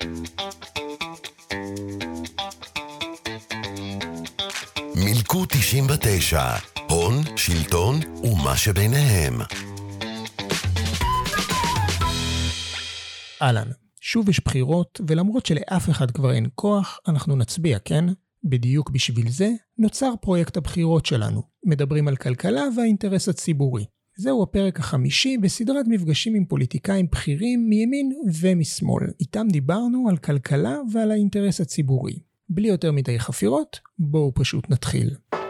מילקו 99, הון, שלטון ומה שביניהם. אהלן, שוב יש בחירות, ולמרות שלאף אחד כבר אין כוח, אנחנו נצביע, כן? בדיוק בשביל זה נוצר פרויקט הבחירות שלנו. מדברים על כלכלה והאינטרס הציבורי. זהו הפרק החמישי בסדרת מפגשים עם פוליטיקאים בכירים מימין ומשמאל. איתם דיברנו על כלכלה ועל האינטרס הציבורי. בלי יותר מדי חפירות, בואו פשוט נתחיל.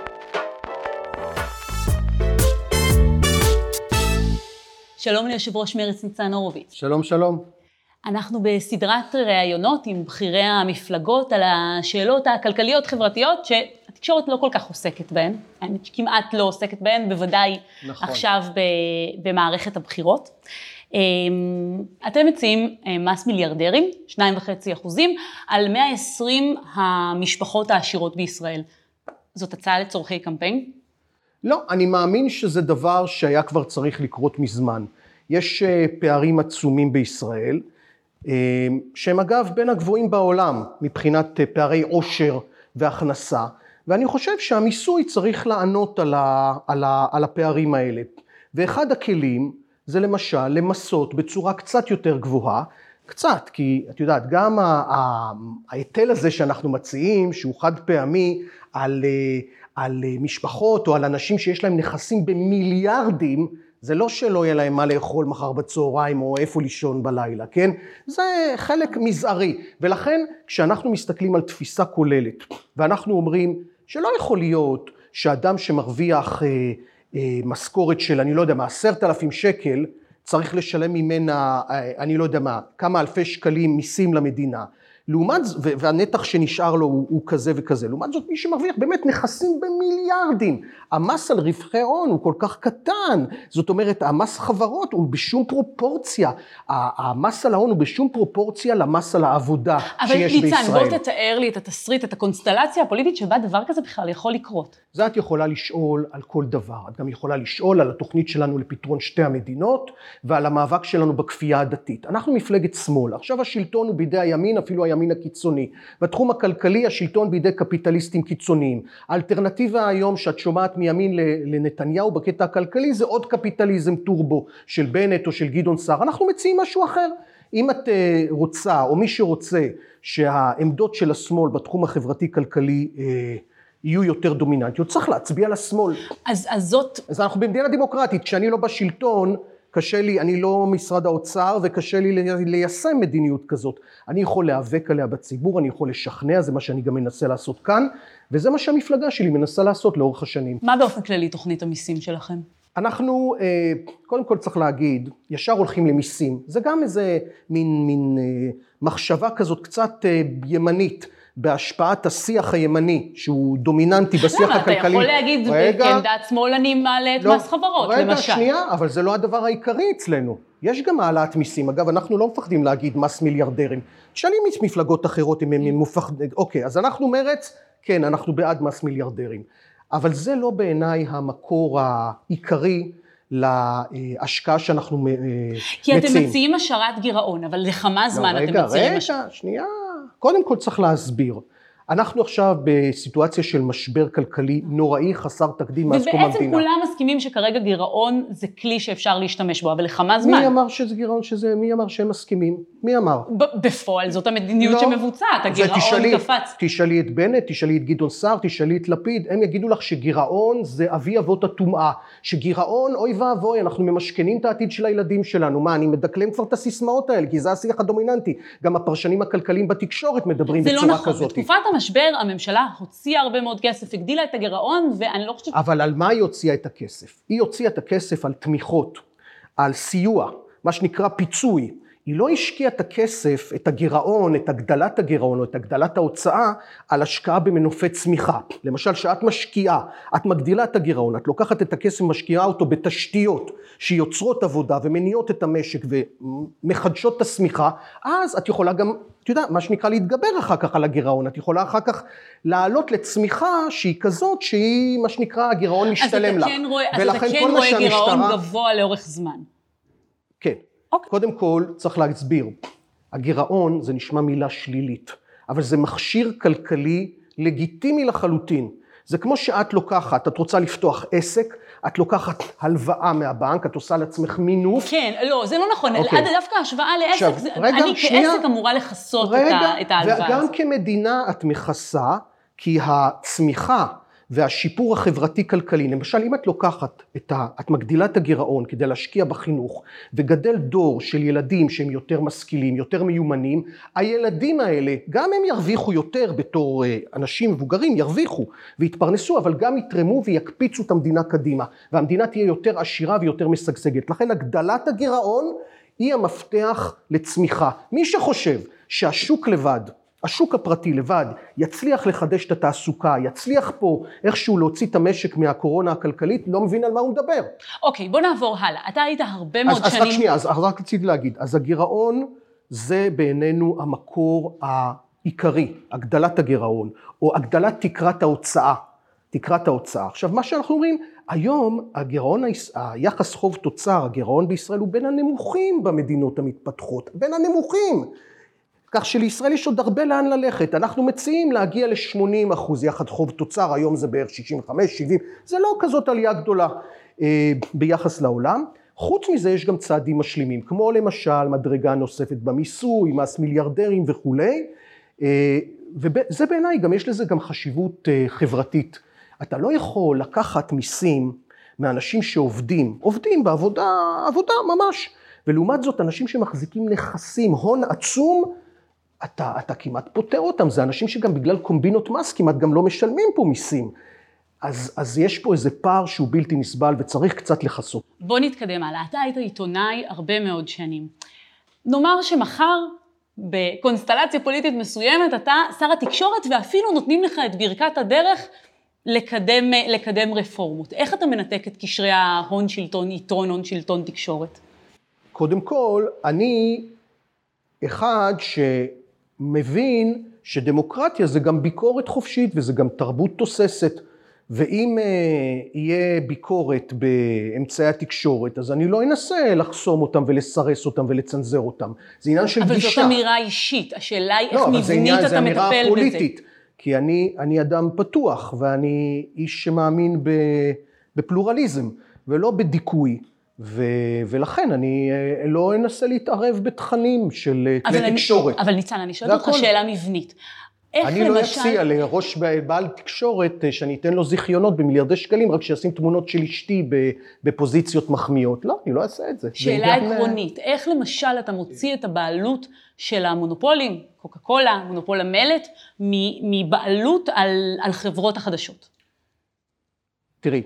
שלום ליושב ראש מרצ ניצן הורוביץ. שלום, שלום. אנחנו בסדרת ראיונות עם בכירי המפלגות על השאלות הכלכליות חברתיות שהתקשורת לא כל כך עוסקת בהן, האמת שכמעט לא עוסקת בהן, בוודאי נכון. עכשיו במערכת הבחירות. אתם מציעים מס מיליארדרים, 2.5% על 120 המשפחות העשירות בישראל. זאת הצעה לצורכי קמפיין? לא, אני מאמין שזה דבר שהיה כבר צריך לקרות מזמן. יש פערים עצומים בישראל, שהם אגב בין הגבוהים בעולם מבחינת פערי עושר והכנסה, ואני חושב שהמיסוי צריך לענות על הפערים האלה. ואחד הכלים זה למשל למסות בצורה קצת יותר גבוהה, קצת, כי את יודעת, גם ההיטל הזה שאנחנו מציעים, שהוא חד פעמי על משפחות או על אנשים שיש להם נכסים במיליארדים, זה לא שלא יהיה להם מה לאכול מחר בצהריים או איפה לישון בלילה, כן? זה חלק מזערי, ולכן כשאנחנו מסתכלים על תפיסה כוללת, ואנחנו אומרים שלא יכול להיות שאדם שמרוויח משכורת של, אני לא יודע מה, 10,000 שקל, צריך לשלם ממנה, אני לא יודע מה, כמה אלפי שקלים מיסים למדינה, לעומת, והנתח שנשאר לו הוא כזה וכזה, לעומת זאת מי שמרוויח באמת נכסים במיליארדים, המס על רווחי הון הוא כל כך קטן, זאת אומרת המס חברות הוא בשום פרופורציה, המס על ההון הוא בשום פרופורציה למס על העבודה שיש בישראל. אבל ניצן, בוא תתאר לי את התסריט, את הקונסטלציה הפוליטית שבה דבר כזה בכלל יכול לקרות. זה את יכולה לשאול על כל דבר, את גם יכולה לשאול על התוכנית שלנו לפתרון שתי המדינות, ועל המאבק שלנו בכפייה הדתית. אנחנו מפלגת שמאל, עכשיו השלטון הוא בידי הימין, אפילו הימין הקיצוני. בתחום הכלכלי השלטון בידי קפיטליסטים קיצוניים. האלטרנטיבה היום שאת שומעת מימין לנתניהו בקטע הכלכלי זה עוד קפיטליזם טורבו של בנט או של גדעון סער. אנחנו מציעים משהו אחר. אם את רוצה או מי שרוצה שהעמדות של השמאל בתחום החברתי-כלכלי יהיו יותר דומיננטיות, צריך להצביע לשמאל. אז אנחנו במדינה דמוקרטית, כשאני לא בשלטון, קשה לי, אני לא משרד האוצר וקשה לי ליישם מדיניות כזאת. אני יכול להיאבק עליה בציבור, אני יכול לשכנע, זה מה שאני גם מנסה לעשות כאן, וזה מה שהמפלגה שלי מנסה לעשות לאורך השנים. מה באופן כללי תוכנית המיסים שלכם? אנחנו, קודם כל צריך להגיד, ישר הולכים למיסים. זה גם איזה מין מחשבה כזאת קצת ימנית, בהשפעת השיח הימני, שהוא דומיננטי בשיח הכלכלי. אתה יכול להגיד, כעמדת שמאל אני מעלה את מס חברות, למשל. רגע, שנייה, אבל זה לא הדבר העיקרי אצלנו. יש גם העלאת מיסים. אגב, אנחנו לא מפחדים להגיד מס מיליארדרים. תשאלי מפלגות אחרות אם הם מפחדים. אוקיי, אז אנחנו מרץ, כן, אנחנו בעד מס מיליארדרים. אבל זה לא בעיניי המקור העיקרי להשקעה שאנחנו מציעים. כי אתם מציעים השארת גירעון, אבל לכמה זמן אתם מציעים? רגע, שנייה. קודם כל צריך להסביר. אנחנו עכשיו בסיטואציה של משבר כלכלי נוראי, חסר תקדים מאז קום המדינה. ובעצם כולם מסכימים שכרגע גירעון זה כלי שאפשר להשתמש בו, אבל לכמה זמן? מי אמר שזה גירעון מי אמר שהם מסכימים? מי אמר? בפועל זאת המדיניות שמבוצעת, הגירעון קפץ. תשאלי את בנט, תשאלי את גדעון סער, תשאלי את לפיד, הם יגידו לך שגירעון זה אבי אבות הטומאה, שגירעון אוי ואבוי, אנחנו ממשכנים את העתיד של הילדים שלנו, מה, אני מדקלם כבר את הסיסמאות האלה, כי זה השיח הדומיננטי, גם הפרשנים הכלכליים בתקשורת מדברים בצורה כזאת. בתקופת המשבר הממשלה הוציאה הרבה מאוד כסף, הגדילה את הגירעון, ואני לא חושבת... אבל על מה היא הוציאה את הכסף? היא הוציאה את הכסף על תמיכות, על סיוע, מה שנקרא פיצוי. היא לא השקיעה את הכסף, את הגירעון, את הגדלת הגירעון או את הגדלת ההוצאה על השקעה במנופי צמיחה. למשל, שאת משקיעה, את מגדילה את הגירעון, את לוקחת את הכסף ומשקיעה אותו בתשתיות שיוצרות עבודה ומניעות את המשק ומחדשות את הצמיחה, אז את יכולה גם, אתה יודע, מה שנקרא להתגבר אחר כך על הגירעון, את יכולה אחר כך לעלות לצמיחה שהיא כזאת, שהיא מה שנקרא הגירעון משתלם לך. אז אתה כן רואה גירעון גבוה לאורך זמן. כן. קודם כל צריך להסביר, הגירעון זה נשמע מילה שלילית, אבל זה מכשיר כלכלי לגיטימי לחלוטין. זה כמו שאת לוקחת, את רוצה לפתוח עסק, את לוקחת הלוואה מהבנק, את עושה לעצמך מינוף. כן, לא, זה לא נכון. דווקא השוואה לעסק, אני כעסק אמורה לחסות את ההלוואה. וגם כמדינה את מכסה, כי הצמיחה והשיפור החברתי-כלכלי, למשל אם את לוקחת את מגדילה את הגירעון כדי להשקיע בחינוך, וגדל דור של ילדים שהם יותר משכילים, יותר מיומנים, הילדים האלה, גם הם ירוויחו יותר בתור אנשים מבוגרים, ירוויחו ויתפרנסו, אבל גם יתרמו ויקפיצו את המדינה קדימה, והמדינה תהיה יותר עשירה ויותר משגשגת. לכן הגדלת הגירעון היא המפתח לצמיחה. מי שחושב שהשוק לבד, השוק הפרטי לבד יצליח לחדש את התעסוקה, יצליח פה איכשהו להוציא את המשק מהקורונה הכלכלית, לא מבין על מה הוא מדבר. אוקיי, בוא נעבור הלאה. אתה היית הרבה מאוד שנים... אז רק שנייה, אז רק רציתי להגיד, אז הגירעון זה בעינינו המקור העיקרי, הגדלת הגירעון, או הגדלת תקרת ההוצאה, תקרת ההוצאה. עכשיו, מה שאנחנו אומרים, היום הגירעון, היחס חוב תוצר, הגירעון בישראל הוא בין הנמוכים במדינות המתפתחות, בין הנמוכים. כך שלישראל יש עוד הרבה לאן ללכת. אנחנו מציעים להגיע ל-80% יחד חוב תוצר, היום זה בערך 65, 70, זה לא כזאת עלייה גדולה ביחס לעולם. חוץ מזה יש גם צעדים משלימים, כמו למשל מדרגה נוספת במיסוי, מס מיליארדרים וכו'. וזה בעיניי, גם יש לזה גם חשיבות חברתית. אתה לא יכול לקחת מיסים מאנשים שעובדים, עובדים בעבודה ממש, ולעומת זאת אנשים שמחזיקים נכסים, הון עצום, אתה כמעט פותר אותם, זה אנשים שגם בגלל קומבינות מס כמעט גם לא משלמים פה מיסים. אז יש פה איזה פער שהוא בלתי נסבל וצריך קצת לחסות. בוא נתקדם הלאה, אתה היית עיתונאי הרבה מאוד שנים. נאמר שמחר בקונסטלציה פוליטית מסוימת אתה שר התקשורת ואפילו נותנים לך את ברכת הדרך לקדם רפורמות. איך אתה מנתק את קשרי ההון שלטון עיתון, הון שלטון תקשורת? קודם כל, אני אחד שמבין שדמוקרטיה זה גם ביקורת חופשית וזה גם תרבות תוססת, ואם יהיה ביקורת באמצעי התקשורת, אז אני לא אנסה לחסום אותם ולסרס אותם ולצנזר אותם. זה עניין של גישה. אבל זאת אמירה אישית, השאלה היא איך מבנית אתה מטפל בזה. פוליטית, כי אני אדם פתוח ואני איש שמאמין בפלורליזם ולא בדיכוי. ולכן אני לא אנסה להתערב בתכנים של כלי תקשורת. אבל ניצן, אני שואלת אותך שאלה מבנית. אני לא אציע לראש בעל תקשורת שאני אתן לו זיכיונות במיליארדי שקלים, רק שישים תמונות של אשתי בפוזיציות מחמיאות. לא, אני לא אעשה את זה. שאלה עקרונית, איך למשל אתה מוציא את הבעלות של המונופולים, קוקה קולה, מונופול המלט, מבעלות על חברות החדשות? תראי,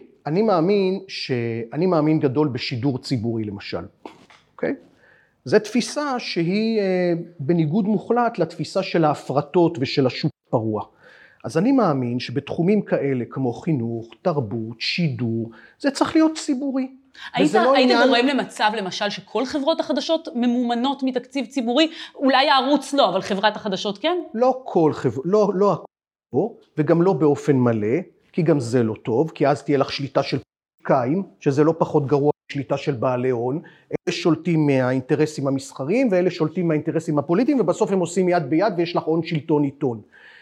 אני מאמין גדול בשידור ציבורי למשל, אוקיי? זו תפיסה שהיא בניגוד מוחלט לתפיסה של ההפרטות ושל השוק הפרוע. אז אני מאמין שבתחומים כאלה כמו חינוך, תרבות, שידור, זה צריך להיות ציבורי. היית גורם למצב למשל שכל חברות החדשות ממומנות מתקציב ציבורי? אולי הערוץ לא, אבל חברת החדשות כן? לא כל חברות, לא הכל, וגם לא באופן מלא, כי גם זה לא טוב, כי אז תהיה לך שליטה של פוליטיקאים, שזה לא פחות גרוע שליטה של בעלי הון, אלה שולטים מהאינטרסים המסחריים, ואלה שולטים מהאינטרסים הפוליטיים, ובסוף הם עושים יד ביד, ויש לך הון שלטון עיתון.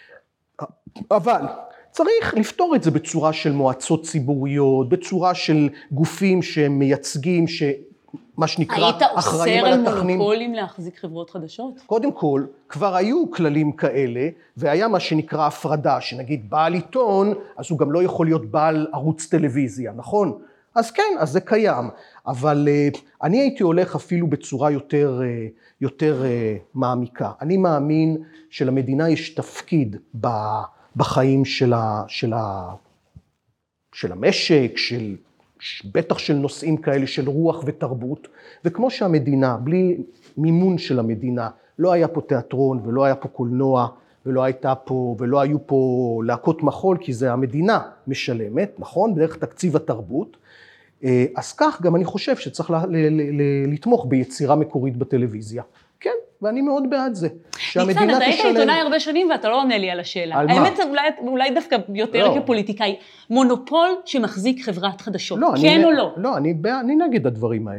אבל צריך לפתור את זה בצורה של מועצות ציבוריות, בצורה של גופים שמייצגים, מה שנקרא אחראים על התכנים. היית אוסר על מונופולים להחזיק חברות חדשות? קודם כל, כבר היו כללים כאלה, והיה מה שנקרא הפרדה, שנגיד בעל עיתון, אז הוא גם לא יכול להיות בעל ערוץ טלוויזיה, נכון? אז כן, אז זה קיים, אבל אני הייתי הולך אפילו בצורה יותר מעמיקה. אני מאמין שלמדינה יש תפקיד בחיים של המשק, בטח של נושאים כאלה של רוח ותרבות, וכמו שהמדינה, בלי מימון של המדינה, לא היה פה תיאטרון ולא היה פה קולנוע, ולא היו פה להקות מחול, כי זה המדינה משלמת, נכון? בדרך תקציב התרבות. אז כך גם אני חושב שצריך לתמוך ביצירה מקורית בטלוויזיה. כן, ואני מאוד בעד זה. ניצן, אתה היית עיתונאי הרבה שנים ואתה לא עונה לי על השאלה. על מה? האמת, אולי דווקא יותר כפוליטיקאי. מונופול שמחזיק חברת חדשות, כן או לא? לא, אני נגד הדברים האלה.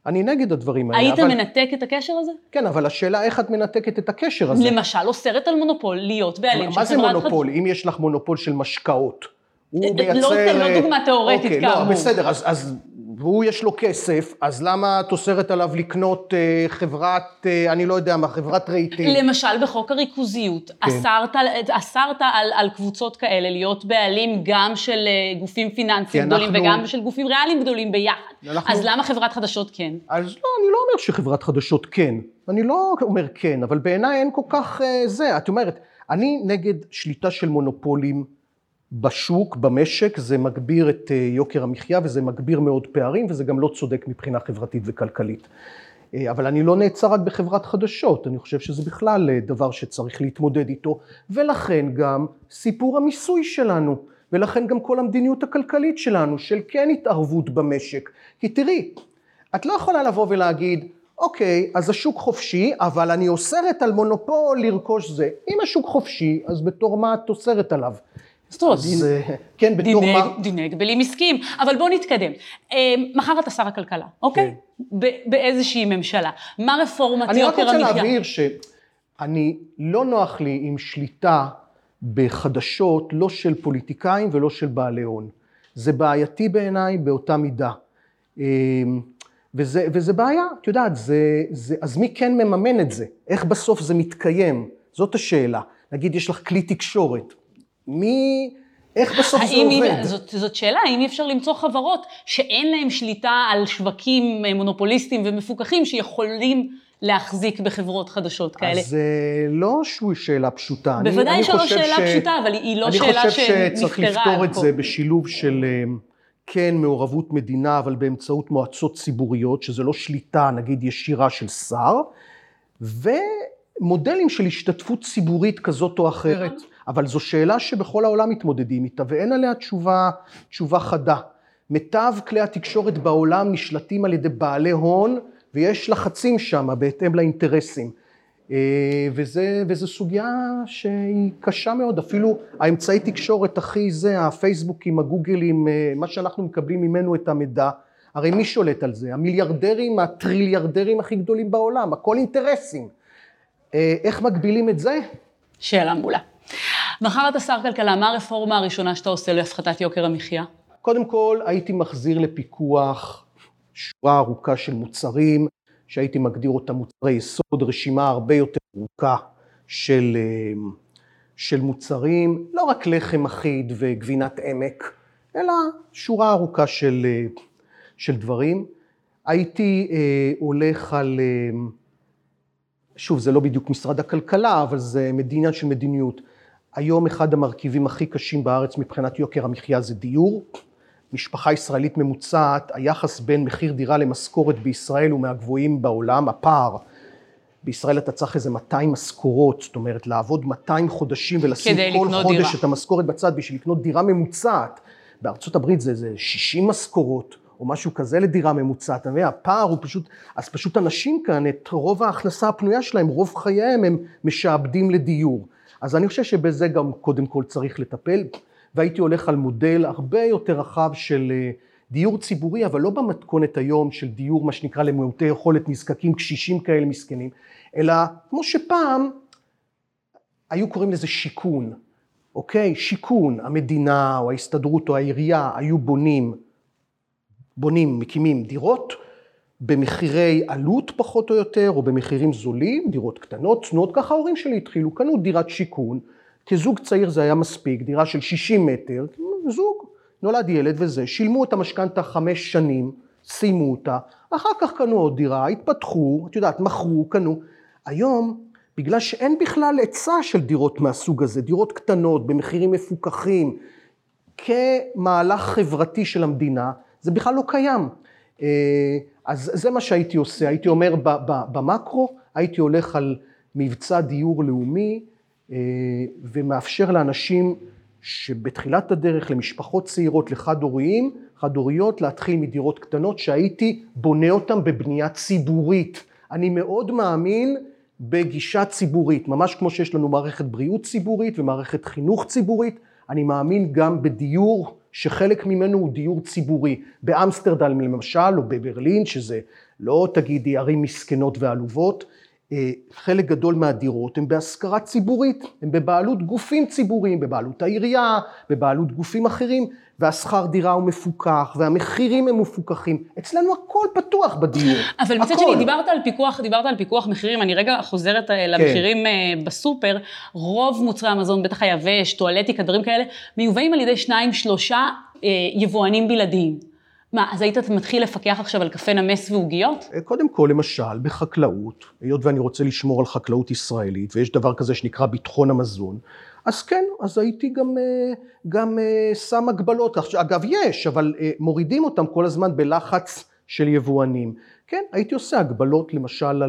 אני נגד הדברים האלה. היית מנתק את הקשר הזה? כן, אבל השאלה איך את מנתקת את הקשר הזה? למשל, אוסרת על מונופול להיות בעלים של מה חברת... זה מונופול? אם יש לך מונופול של משקאות, הוא מייצר... לא דוגמה תיאורטית כאמור. לא, בסדר, אז והוא יש לו כסף, אז למה את אוסרת עליו לקנות חברת, אני לא יודע מה, חברת רהיטים? למשל, בחוק הריכוזיות, אסרת על קבוצות כאלה להיות בעלים גם של גופים פיננסיים גדולים וגם של גופים ריאליים גדולים ביחד. אז למה חברת חדשות כן? אז לא, אני לא אומר שחברת חדשות כן. אני לא אומר כן, אבל בעיניי אין כל כך זה. את אומרת, אני נגד שליטה של מונופולים בשוק, במשק, זה מגביר את יוקר המחיה וזה מגביר מאוד פערים וזה גם לא צודק מבחינה חברתית וכלכלית. אבל אני לא נעצר רק בחברת חדשות, אני חושב שזה בכלל דבר שצריך להתמודד איתו, ולכן גם סיפור המיסוי שלנו, ולכן גם כל המדיניות הכלכלית שלנו, של כן התערבות במשק. כי תראי, את לא יכולה לבוא ולהגיד, אוקיי, אז השוק חופשי, אבל אני אוסרת על מונופול לרכוש זה. אם השוק חופשי, אז בתור מה את אוסרת עליו? כן, בתור מה... דיני הגבלים עסקיים, אבל בואו נתקדם. מחר אתה שר הכלכלה, אוקיי? באיזושהי ממשלה. מה רפורמת יוקר המחיה? אני רק רוצה להבהיר שאני לא נוח לי עם שליטה בחדשות, לא של פוליטיקאים ולא של בעלי הון. זה בעייתי בעיניי באותה מידה. וזה בעיה, את יודעת, אז מי כן מממן את זה? איך בסוף זה מתקיים? זאת השאלה. נגיד, יש לך כלי תקשורת. איך בסוף זה עובד? זאת שאלה, האם אפשר למצוא חברות שאין להם שליטה על שווקים מונופוליסטיים ומפוקחים שיכולים להחזיק בחברות חדשות כאלה? אז לא שאלה פשוטה. בוודאי שלא שאלה פשוטה, אבל היא לא שאלה שנפתרה. אני חושב שצריך לפתור את זה בשילוב של כן מעורבות מדינה, אבל באמצעות מועצות ציבוריות, שזה לא שליטה נגיד ישירה של שר, ומודלים של השתתפות ציבורית כזאת או אחרת. אבל זו שאלה שבכל העולם מתמודדים איתה, ואין עליה תשובה חדה. מיטב כלי התקשורת בעולם נשלטים על ידי בעלי הון, ויש לחצים שם בהתאם לאינטרסים. וזו סוגיה שהיא קשה מאוד, אפילו האמצעי תקשורת הכי זה, הפייסבוקים, הגוגלים, מה שאנחנו מקבלים ממנו את המידע, הרי מי שולט על זה? המיליארדרים, הטריליארדרים הכי גדולים בעולם, הכל אינטרסים. איך מגבילים את זה? שאלה מעולה. מחר אתה שר כלכלה, מה הרפורמה הראשונה שאתה עושה להפחתת יוקר המחיה? קודם כל, הייתי מחזיר לפיקוח שורה ארוכה של מוצרים, שהייתי מגדיר אותם מוצרי יסוד, רשימה הרבה יותר ארוכה של מוצרים, לא רק לחם אחיד וגבינת עמק, אלא שורה ארוכה של דברים. הייתי הולך על, שוב, זה לא בדיוק משרד הכלכלה, אבל זה עניין של מדיניות. היום אחד המרכיבים הכי קשים בארץ מבחינת יוקר המחיה זה דיור. משפחה ישראלית ממוצעת, היחס בין מחיר דירה למשכורת בישראל הוא מהגבוהים בעולם, הפער. בישראל אתה צריך איזה 200 משכורות, זאת אומרת לעבוד 200 חודשים ולשים כל חודש דירה. את המשכורת בצד בשביל לקנות דירה ממוצעת. בארצות הברית זה 60 משכורות או משהו כזה לדירה ממוצעת. הפער הוא פשוט, אז פשוט אנשים כאן את רוב ההכנסה הפנויה שלהם, רוב חייהם הם משעבדים לדיור. אז אני חושב שבזה גם קודם כל צריך לטפל. והייתי הולך על מודל הרבה יותר רחב של דיור ציבורי, אבל לא במתכונת היום של דיור, מה שנקרא למעוטי יכולת נזקקים, קשישים כאלה מסכנים, אלא כמו שפעם היו קוראים לזה שיכון, אוקיי? שיכון, המדינה או ההסתדרות או העירייה היו מקימים דירות, במחירי עלות פחות או יותר, או במחירים זולים, דירות קטנות, צנועות, ככה ההורים שלי התחילו, קנו דירת שיכון, כזוג צעיר זה היה מספיק, דירה של 60 מטר, זוג, נולד ילד וזה, שילמו את המשכנתה 5 שנים, סיימו אותה, אחר כך קנו עוד דירה, התפתחו, את יודעת, מכרו, קנו. היום, בגלל שאין בכלל היצע של דירות מהסוג הזה, דירות קטנות, במחירים מפוקחים, כמהלך חברתי של המדינה, זה בכלל לא קיים. אז זה מה שהייתי עושה, הייתי אומר במקרו, הייתי הולך על מבצע דיור לאומי, ומאפשר לאנשים שבתחילת הדרך, למשפחות צעירות, לחד-הוריות, להתחיל מדירות קטנות, שהייתי בונה אותם בבנייה ציבורית. אני מאוד מאמין בגישה ציבורית, ממש כמו שיש לנו מערכת בריאות ציבורית ומערכת חינוך ציבורית, אני מאמין גם בדיור שחלק ממנו הוא דיור ציבורי. באמסטרדם למשל, או בברלין, שזה לא תגידי ערים מסכנות ועלובות, חלק גדול מהדירות הן בהשכרה ציבורית, הן בבעלות גופים ציבוריים, בבעלות העירייה, בבעלות גופים אחרים, והשכר דירה הוא מפוקח, והמחירים הם מפוקחים. אצלנו הכל פתוח בדיור. אבל מצד שני, דיברת על פיקוח מחירים, אני רגע חוזרת למחירים בסופר, רוב מוצרי המזון, בטח היבש, טואלטיקה, דברים כאלה, מיובאים על ידי 2-3 יבואנים בלעדיים. מה, אז היית מתחיל לפקח עכשיו על קפה נמס ועוגיות? קודם כל, למשל, בחקלאות, היות ואני רוצה לשמור על חקלאות ישראלית, ויש דבר כזה שנקרא ביטחון המזון, אז כן, אז הייתי גם שם הגבלות. אגב, יש, אבל מורידים אותם כל הזמן בלחץ של יבואנים. כן, הייתי עושה הגבלות, למשל,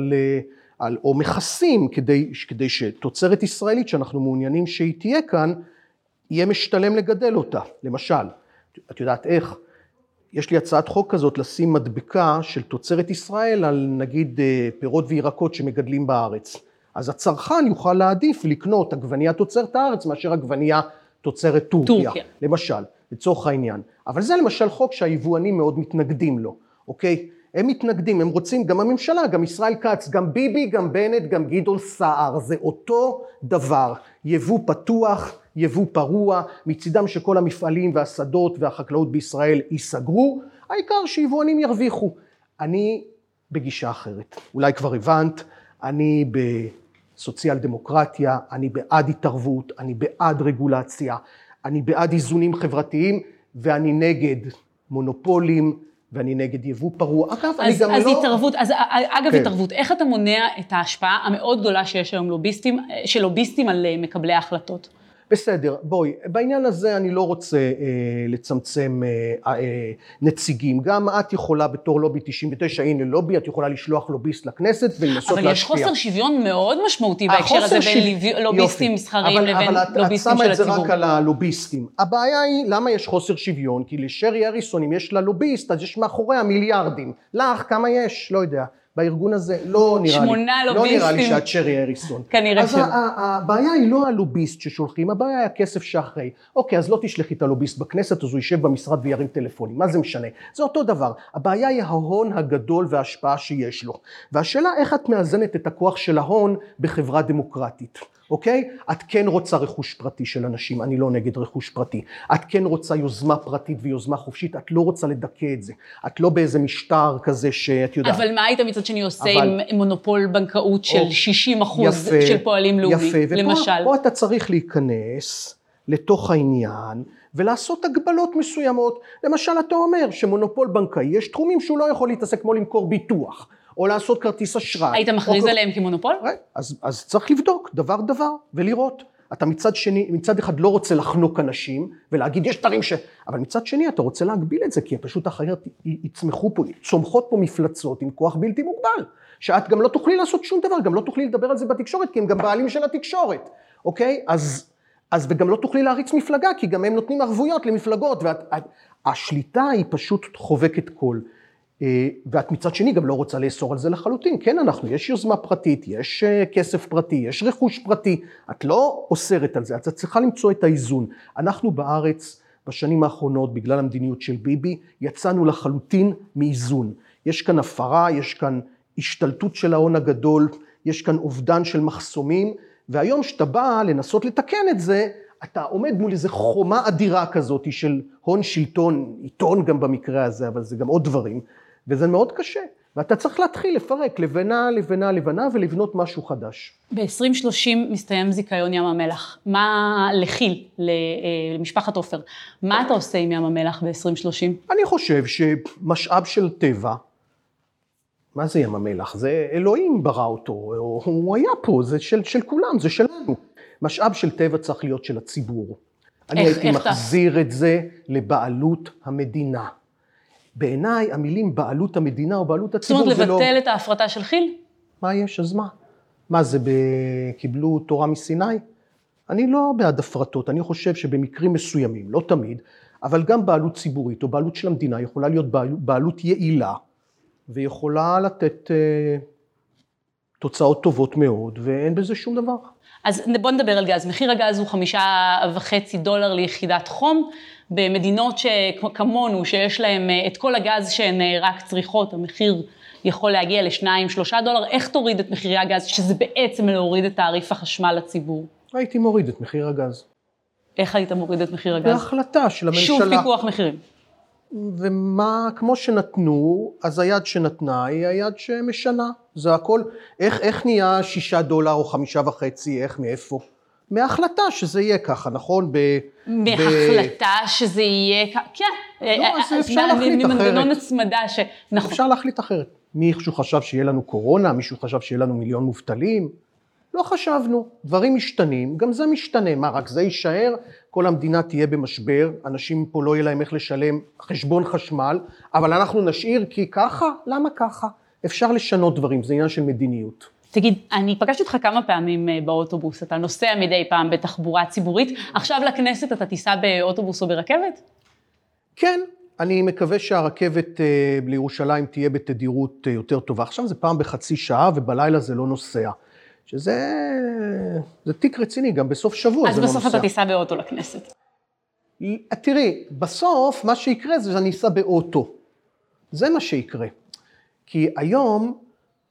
או מכסים, כדי שתוצרת ישראלית, שאנחנו מעוניינים שהיא תהיה כאן, יהיה משתלם לגדל אותה. למשל, את יודעת איך? יש לי הצעת חוק כזאת לשים מדבקה של תוצרת ישראל על נגיד פירות וירקות שמגדלים בארץ. אז הצרכן יוכל להעדיף לקנות עגבנייה תוצרת הארץ מאשר עגבנייה תוצרת טורקיה. למשל, לצורך העניין. אבל זה למשל חוק שהיבואנים מאוד מתנגדים לו, אוקיי? הם מתנגדים, הם רוצים, גם הממשלה, גם ישראל כץ, גם ביבי, גם בנט, גם גדעון סער. זה אותו דבר. יבוא פתוח, יבוא פרוע, מצידם שכל המפעלים והשדות והחקלאות בישראל ייסגרו, העיקר שיבואנים ירוויחו. אני בגישה אחרת, אולי כבר הבנת, אני בסוציאל דמוקרטיה, אני בעד התערבות, אני בעד רגולציה, אני בעד איזונים חברתיים, ואני נגד מונופולים, ואני נגד יבוא פרוע. אגב, אני גם לא... אגב, התערבות, איך אתה מונע את ההשפעה המאוד גדולה שיש היום של לוביסטים על מקבלי ההחלטות? בסדר, בואי, בעניין הזה אני לא רוצה לצמצם נציגים. גם את יכולה בתור לובי 99, הנה לובי, את יכולה לשלוח לוביסט לכנסת ולנסות להשפיע. אבל יש חוסר שוויון מאוד משמעותי בהקשר הזה בין לוביסטים מסחריים לבין לוביסטים של הציבור. אבל את שמה את זה רק על הלוביסטים. הבעיה היא, למה יש חוסר שוויון? כי לשרי אריסון, אם יש לה לוביסט, אז יש מאחוריה מיליארדים. לך, כמה יש? לא יודע. בארגון הזה לא נראה לי שאת שרי אריסון. כנראה אז הבעיה היא לא הלוביסט ששולחים, הבעיה היא הכסף שאחרי. אוקיי, אז לא תשלחי את הלוביסט בכנסת, אז הוא יישב במשרד וירים טלפונים. מה זה משנה? זה אותו דבר. הבעיה היא ההון הגדול וההשפעה שיש לו. והשאלה איך את מאזנת את הכוח של ההון בחברה דמוקרטית. אוקיי? את כן רוצה רכוש פרטי של אנשים, אני לא נגד רכוש פרטי. את כן רוצה יוזמה פרטית ויוזמה חופשית, את לא רוצה לדכא את זה. את לא באיזה משטר כזה שאת יודעת. אבל מה היית מצד שני עושה עם מונופול בנקאות של 60% של פועלים לאומי, למשל? ופה אתה צריך להיכנס לתוך העניין, ולעשות הגבלות מסוימות. למשל, אתה אומר שמונופול בנקאי, יש תחומים שהוא לא יכול להתעסק כמו למכור ביטוח. או לעשות כרטיס אשראי. היית מכריז עליהם כמונופול? אז צריך לבדוק דבר ולראות. אתה מצד אחד לא רוצה לחנוק אנשים ולהגיד יש דברים אבל מצד שני אתה רוצה להגביל את זה, כי פשוט אחרת צומחות פה מפלצות עם כוח בלתי מוגבל, שאת גם לא תוכלי לעשות שום דבר, גם לא תוכלי לדבר על זה בתקשורת, כי הם גם בעלים של התקשורת, אוקיי? אז וגם לא תוכלי להריץ מפלגה, כי גם הם נותנים ערבויות למפלגות, והשליטה היא פשוט חובקת כל. ואת מצד שני גם לא רוצה לאסור על זה לחלוטין. כן, יש יוזמה פרטית, יש כסף פרטי, יש רכוש פרטי, את לא אוסרת על זה, את צריכה למצוא את האיזון. אנחנו בארץ בשנים האחרונות, בגלל המדיניות של ביבי, יצאנו לחלוטין מאיזון. יש כאן הפרה, יש כאן השתלטות של ההון הגדול, יש כאן אובדן של מחסומים, והיום שאתה בא לנסות לתקן את זה, אתה עומד מול איזו חומה אדירה כזאת של הון שלטון, עיתון גם במקרה הזה, אבל זה גם עוד דברים, וזה מאוד קשה. ואתה צריך להתחיל לפרק לבנה ולבנות משהו חדש. ב-2030 מסתיים זיכיון ים המלח. מה לכיל, למשפחת עופר? מה אתה עושה עם ים המלח ב-2030? אני חושב שמשאב של טבע, מה זה ים המלח? זה אלוהים ברא אותו, הוא היה פה, זה של כולם, זה שלנו. משאב של טבע צריך להיות של הציבור. אני הייתי מחזיר את זה לבעלות המדינה. בעיניי המילים בעלות המדינה או בעלות הציבור זה לא... זאת אומרת, לבטל את ההפרטה של חיל? מה יש? אז מה? מה זה, קיבלו תורה מסיני? אני לא בעד הפרטות, אני חושב שבמקרים מסוימים, לא תמיד, אבל גם בעלות ציבורית או בעלות של המדינה יכולה להיות בעלות יעילה, ויכולה לתת תוצאות טובות מאוד, ואין בזה שום דבר. אז בוא נדבר על גז. מחיר הגז הוא $5.5 ליחידת חום, במדינות שכמונו, שיש להם את כל הגז שהן רק צריכות, המחיר יכול להגיע ל$2-3, איך תוריד את מחירי הגז, שזה בעצם להוריד את תעריף החשמל לציבור? הייתי מוריד את מחיר הגז. איך היית מוריד את מחיר הגז? בהחלטה של הממשלה. שוב פיקוח מחירים. ומה, כמו שנתנו, אז היד שנתנה היא היד שמשנה. זה הכל, איך נהיה $6 או 5.5, איך, מאיפה? מההחלטה שזה יהיה ככה, נכון? מההחלטה שזה יהיה ככה, כן. לא, אז אפשר להחליט אחרת. ממנגנון הצמדה נכון. אפשר להחליט אחרת. מישהו חשב שיהיה לנו קורונה, מישהו חשב שיהיה לנו 1,000,000 מובטלים. לא חשבנו, דברים משתנים, גם זה משתנה, מה רק זה יישאר, כל המדינה תהיה במשבר, אנשים פה לא יהיה להם איך לשלם חשבון חשמל, אבל אנחנו נשאיר כי ככה, למה ככה? אפשר לשנות דברים, זה עניין של מדיניות. תגיד, אני פגשתי אותך כמה פעמים באוטובוס, אתה נוסע מדי פעם בתחבורה ציבורית, עכשיו לכנסת אתה תיסע באוטובוס או ברכבת? כן, אני מקווה שהרכבת לירושלים תהיה בתדירות יותר טובה, עכשיו זה פעם בחצי שעה ובלילה זה לא נוסע. שזה תיק רציני, גם בסוף שבוע זה לא נוסע. אז בסוף אתה תיסע באוטו לכנסת. תראי, בסוף מה שיקרה זה שאני אסע באוטו. זה מה שיקרה. כי היום,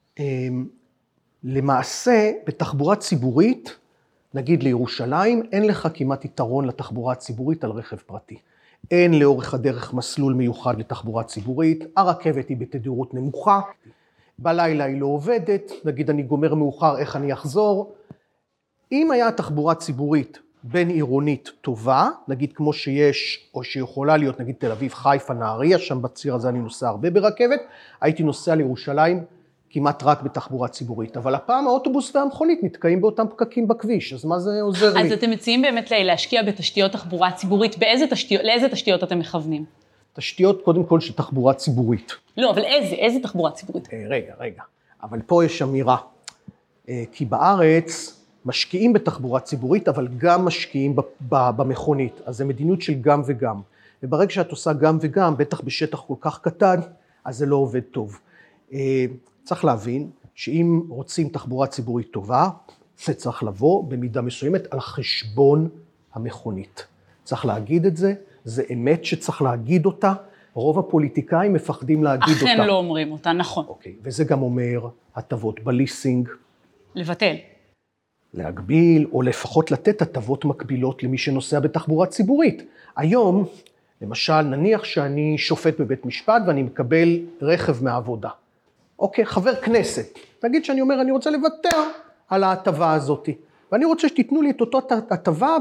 למעשה, בתחבורה ציבורית, נגיד לירושלים, אין לך כמעט יתרון לתחבורה הציבורית על רכב פרטי. אין לאורך הדרך מסלול מיוחד לתחבורה ציבורית, הרכבת היא בתדירות נמוכה, בלילה היא לא עובדת, נגיד אני גומר מאוחר, איך אני אחזור? אם היה תחבורה ציבורית בין עירונית טובה, נגיד כמו שיש, או שיכולה להיות, נגיד תל אביב, חיפה, נהריה, שם בציר הזה אני נוסע הרבה ברכבת, הייתי נוסע לירושלים כמעט רק בתחבורה ציבורית, אבל הפעם האוטובוס והמכונית נתקעים באותם פקקים בכביש, אז מה זה עוזר לי? אז אתם מציעים באמת להשקיע בתשתיות תחבורה ציבורית, לאיזה תשתיות אתם מכוונים? תשתיות קודם כל של תחבורה ציבורית. לא, אבל איזה תחבורה ציבורית? רגע. אבל פה יש אמירה. כי בארץ משקיעים בתחבורה ציבורית, אבל גם משקיעים במכונית. אז זה מדיניות של גם וגם. וברגע שאת עושה גם וגם, בטח בשטח כל כך קטן, אז זה לא עובד טוב. צריך להבין שאם רוצים תחבורה ציבורית טובה, זה צריך לבוא במידה מסוימת על חשבון המכונית. צריך להגיד את זה. זה אמת שצריך להגיד אותה, רוב הפוליטיקאים מפחדים להגיד אותה. אכן לא אומרים אותה, נכון. אוקיי, וזה גם אומר הטבות בליסינג. לבטל. להגביל, או לפחות לתת הטבות מקבילות למי שנוסע בתחבורה ציבורית. היום, למשל, נניח שאני שופט בבית משפט ואני מקבל רכב מהעבודה. אוקיי, חבר כנסת. נגיד שאני אומר, אני רוצה לוותר על ההטבה הזאת, ואני רוצה שתיתנו לי את אותו הטבה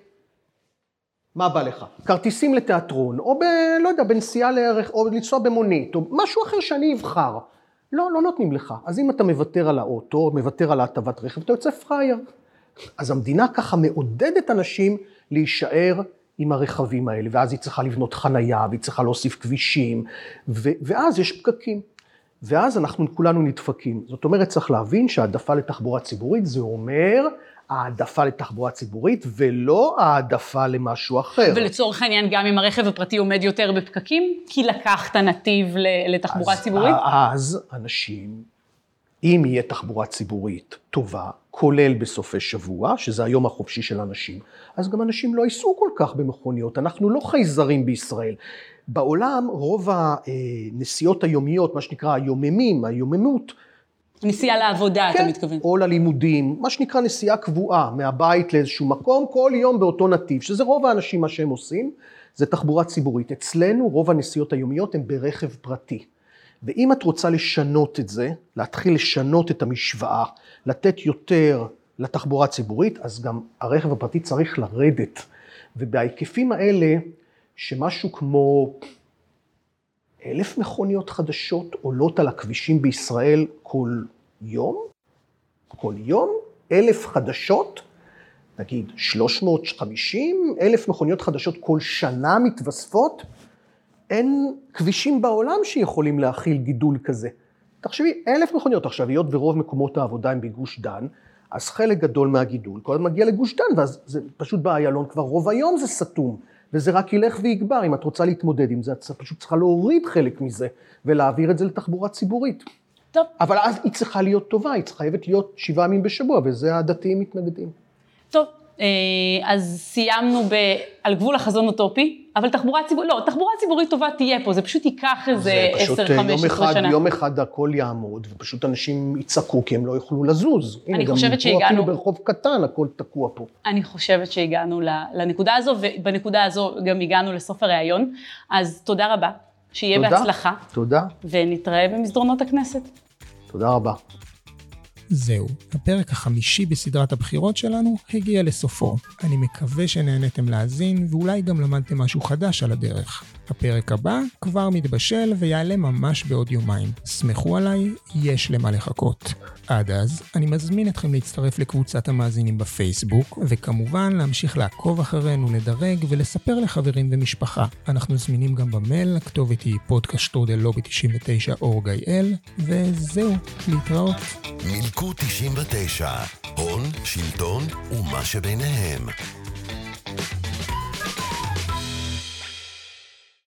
מה בא לך? כרטיסים לתיאטרון, או לא יודע, בנסיעה לערך, או לנסוע במונית, או משהו אחר שאני אבחר. לא נותנים לך. אז אם אתה מוותר על האוטו, מוותר על ההטבת רכב, אתה יוצא פראייר. אז המדינה ככה מעודדת אנשים להישאר עם הרכבים האלה, ואז היא צריכה לבנות חנייה, והיא צריכה להוסיף כבישים, ואז יש פקקים. ואז אנחנו כולנו נדפקים. זאת אומרת, צריך להבין שהעדפה לתחבורה ציבורית, זה אומר העדפה לתחבורה ציבורית, ולא העדפה למשהו אחר. ולצורך העניין, גם אם הרכב הפרטי עומד יותר בפקקים, כי לקחת נתיב לתחבורה ציבורית? אז אנשים, אם יהיה תחבורה ציבורית טובה, כולל בסופי שבוע, שזה היום החופשי של אנשים, אז גם אנשים לא ייסעו כל כך במכוניות. אנחנו לא חייזרים בישראל. בעולם, רוב הנסיעות היומיות, מה שנקרא היוממות, נסיעה לעבודה, אתה מתכוון. או ללימודים, מה שנקרא נסיעה קבועה, מהבית לאיזשהו מקום, כל יום באותו נתיב, שזה רוב האנשים מה שהם עושים, זה תחבורה ציבורית. אצלנו רוב הנסיעות היומיות הן ברכב פרטי. ואם את רוצה לשנות את זה, להתחיל לשנות את המשוואה, לתת יותר לתחבורה ציבורית, אז גם הרכב הפרטי צריך לרדת. ובהיקפים האלה, שמשהו כמו 1,000 מכוניות חדשות עולות על הכבישים בישראל כל יום, 1,000 חדשות, נגיד 350,000 מכוניות חדשות כל שנה מתווספות, אין כבישים בעולם שיכולים להכיל גידול כזה. תחשבי, 1,000 מכוניות עכשיו, היות ורוב מקומות העבודה הם בגוש דן, אז חלק גדול מהגידול, כל הזמן מגיע לגוש דן, ואז זה פשוט באיילון כבר רוב היום זה סתום, וזה רק ילך ויגבר, אם את רוצה להתמודד עם זה, את פשוט צריכה להוריד חלק מזה, ולהעביר את זה לתחבורה ציבורית. טוב. אבל אז היא צריכה להיות טובה, היא חייבת להיות 7 ימים בשבוע, וזה הדתיים מתנגדים. טוב, אז סיימנו על גבול החזון אוטופי, אבל תחבורה ציבורית טובה תהיה פה, זה פשוט ייקח איזה 10-15 שנה. יום אחד הכל יעמוד, ופשוט אנשים יצעקו, כי הם לא יוכלו לזוז. אני חושבת שהגענו... אפילו ברחוב קטן, הכל תקוע פה. אני חושבת שהגענו לנקודה הזו, ובנקודה הזו גם הגענו לסוף הראיון, אז תודה רבה, שיהיה בהצלחה. תודה. ונתראה במסדרונות הכנסת. תודה רבה. זהו, הפרק החמישי בסדרת הבחירות שלנו הגיע לסופו. אני מקווה שנהנתם להאזין ואולי גם למדתם משהו חדש על הדרך. הפרק הבא כבר מתבשל ויעלה ממש בעוד יומיים. סמכו עליי, יש למה לחכות. עד אז, אני מזמין אתכם להצטרף לקבוצת המאזינים בפייסבוק, וכמובן להמשיך לעקוב אחרינו, לדרג ולספר לחברים ומשפחה. אנחנו זמינים גם במייל, הכתובת היא podcast@lobby99.org.il, וזהו, להתראות. מילקוט 99, הון, שלטון ומה שביניהם.